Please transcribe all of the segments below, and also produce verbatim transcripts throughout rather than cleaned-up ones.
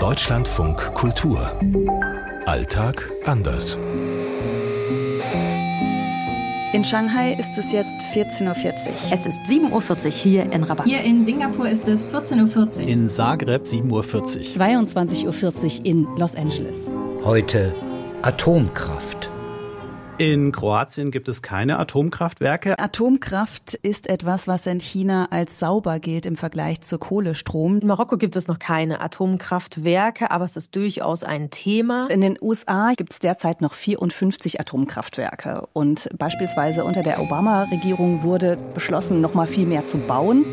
Deutschlandfunk Kultur. Alltag anders. In Shanghai ist es jetzt vierzehn Uhr vierzig. Es ist sieben Uhr vierzig hier in Rabat. Hier in Singapur ist es vierzehn Uhr vierzig. In Zagreb sieben Uhr vierzig. zweiundzwanzig Uhr vierzig in Los Angeles. Heute Atomkraft. In Kroatien gibt es keine Atomkraftwerke. Atomkraft ist etwas, was in China als sauber gilt im Vergleich zu Kohlestrom. In Marokko gibt es noch keine Atomkraftwerke, aber es ist durchaus ein Thema. In den U S A gibt es derzeit noch vierundfünfzig Atomkraftwerke. Und beispielsweise unter der Obama-Regierung wurde beschlossen, noch mal viel mehr zu bauen.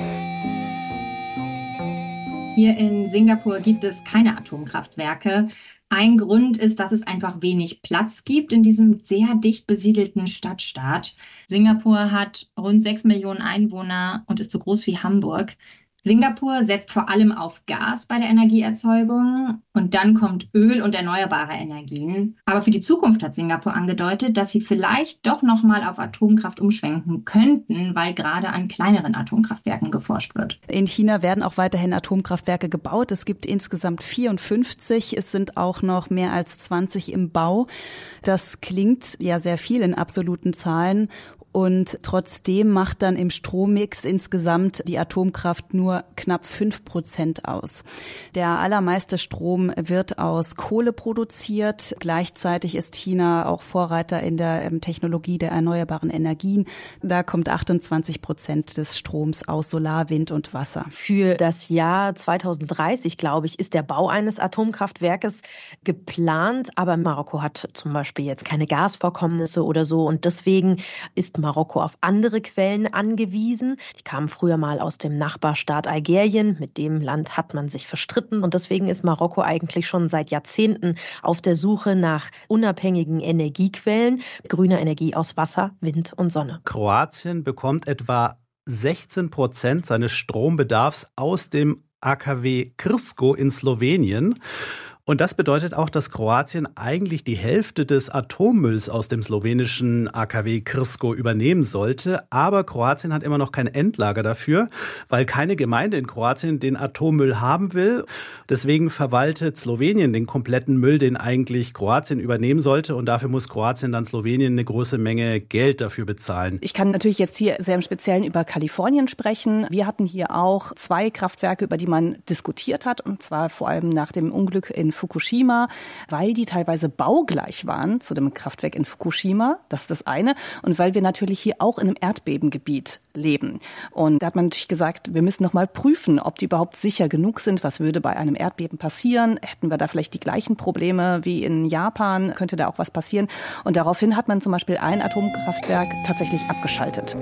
Hier in Singapur gibt es keine Atomkraftwerke. Ein Grund ist, dass es einfach wenig Platz gibt in diesem sehr dicht besiedelten Stadtstaat. Singapur hat rund sechs Millionen Einwohner und ist so groß wie Hamburg. Singapur setzt vor allem auf Gas bei der Energieerzeugung und dann kommt Öl und erneuerbare Energien. Aber für die Zukunft hat Singapur angedeutet, dass sie vielleicht doch noch mal auf Atomkraft umschwenken könnten, weil gerade an kleineren Atomkraftwerken geforscht wird. In China werden auch weiterhin Atomkraftwerke gebaut. Es gibt insgesamt vierundfünfzig. Es sind auch noch mehr als zwanzig im Bau. Das klingt ja sehr viel in absoluten Zahlen. Und trotzdem macht dann im Strommix insgesamt die Atomkraft nur knapp fünf Prozent aus. Der allermeiste Strom wird aus Kohle produziert. Gleichzeitig ist China auch Vorreiter in der Technologie der erneuerbaren Energien. Da kommt achtundzwanzig Prozent des Stroms aus Solar, Wind und Wasser. Für das Jahr zweitausenddreißig, glaube ich, ist der Bau eines Atomkraftwerkes geplant. Aber Marokko hat zum Beispiel jetzt keine Gasvorkommnisse oder so. Und deswegen ist Marokko auf andere Quellen angewiesen. Die kamen früher mal aus dem Nachbarstaat Algerien. Mit dem Land hat man sich verstritten. Und deswegen ist Marokko eigentlich schon seit Jahrzehnten auf der Suche nach unabhängigen Energiequellen, grüner Energie aus Wasser, Wind und Sonne. Kroatien bekommt etwa sechzehn Prozent seines Strombedarfs aus dem A K W Krško in Slowenien. Und das bedeutet auch, dass Kroatien eigentlich die Hälfte des Atommülls aus dem slowenischen A K W Krško übernehmen sollte. Aber Kroatien hat immer noch kein Endlager dafür, weil keine Gemeinde in Kroatien den Atommüll haben will. Deswegen verwaltet Slowenien den kompletten Müll, den eigentlich Kroatien übernehmen sollte. Und dafür muss Kroatien dann Slowenien eine große Menge Geld dafür bezahlen. Ich kann natürlich jetzt hier sehr im Speziellen über Kalifornien sprechen. Wir hatten hier auch zwei Kraftwerke, über die man diskutiert hat. Und zwar vor allem nach dem Unglück in Fukushima, weil die teilweise baugleich waren zu dem Kraftwerk in Fukushima. Das ist das eine. Und weil wir natürlich hier auch in einem Erdbebengebiet leben. Und da hat man natürlich gesagt, wir müssen noch mal prüfen, ob die überhaupt sicher genug sind. Was würde bei einem Erdbeben passieren? Hätten wir da vielleicht die gleichen Probleme wie in Japan? Könnte da auch was passieren? Und daraufhin hat man zum Beispiel ein Atomkraftwerk tatsächlich abgeschaltet.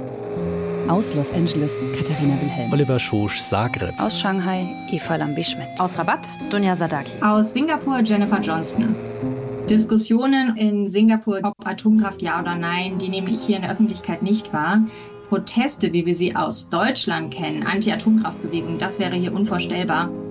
Aus Los Angeles, Katharina Wilhelm. Oliver Schosch, Zagreb. Aus Shanghai, Eva Lambi-Schmidt. Aus Rabat, Dunja Sadaki. Aus Singapur, Jennifer Johnston. Diskussionen in Singapur, ob Atomkraft ja oder nein, die nehme ich hier in der Öffentlichkeit nicht wahr. Proteste, wie wir sie aus Deutschland kennen, Anti-Atomkraftbewegung, das wäre hier unvorstellbar.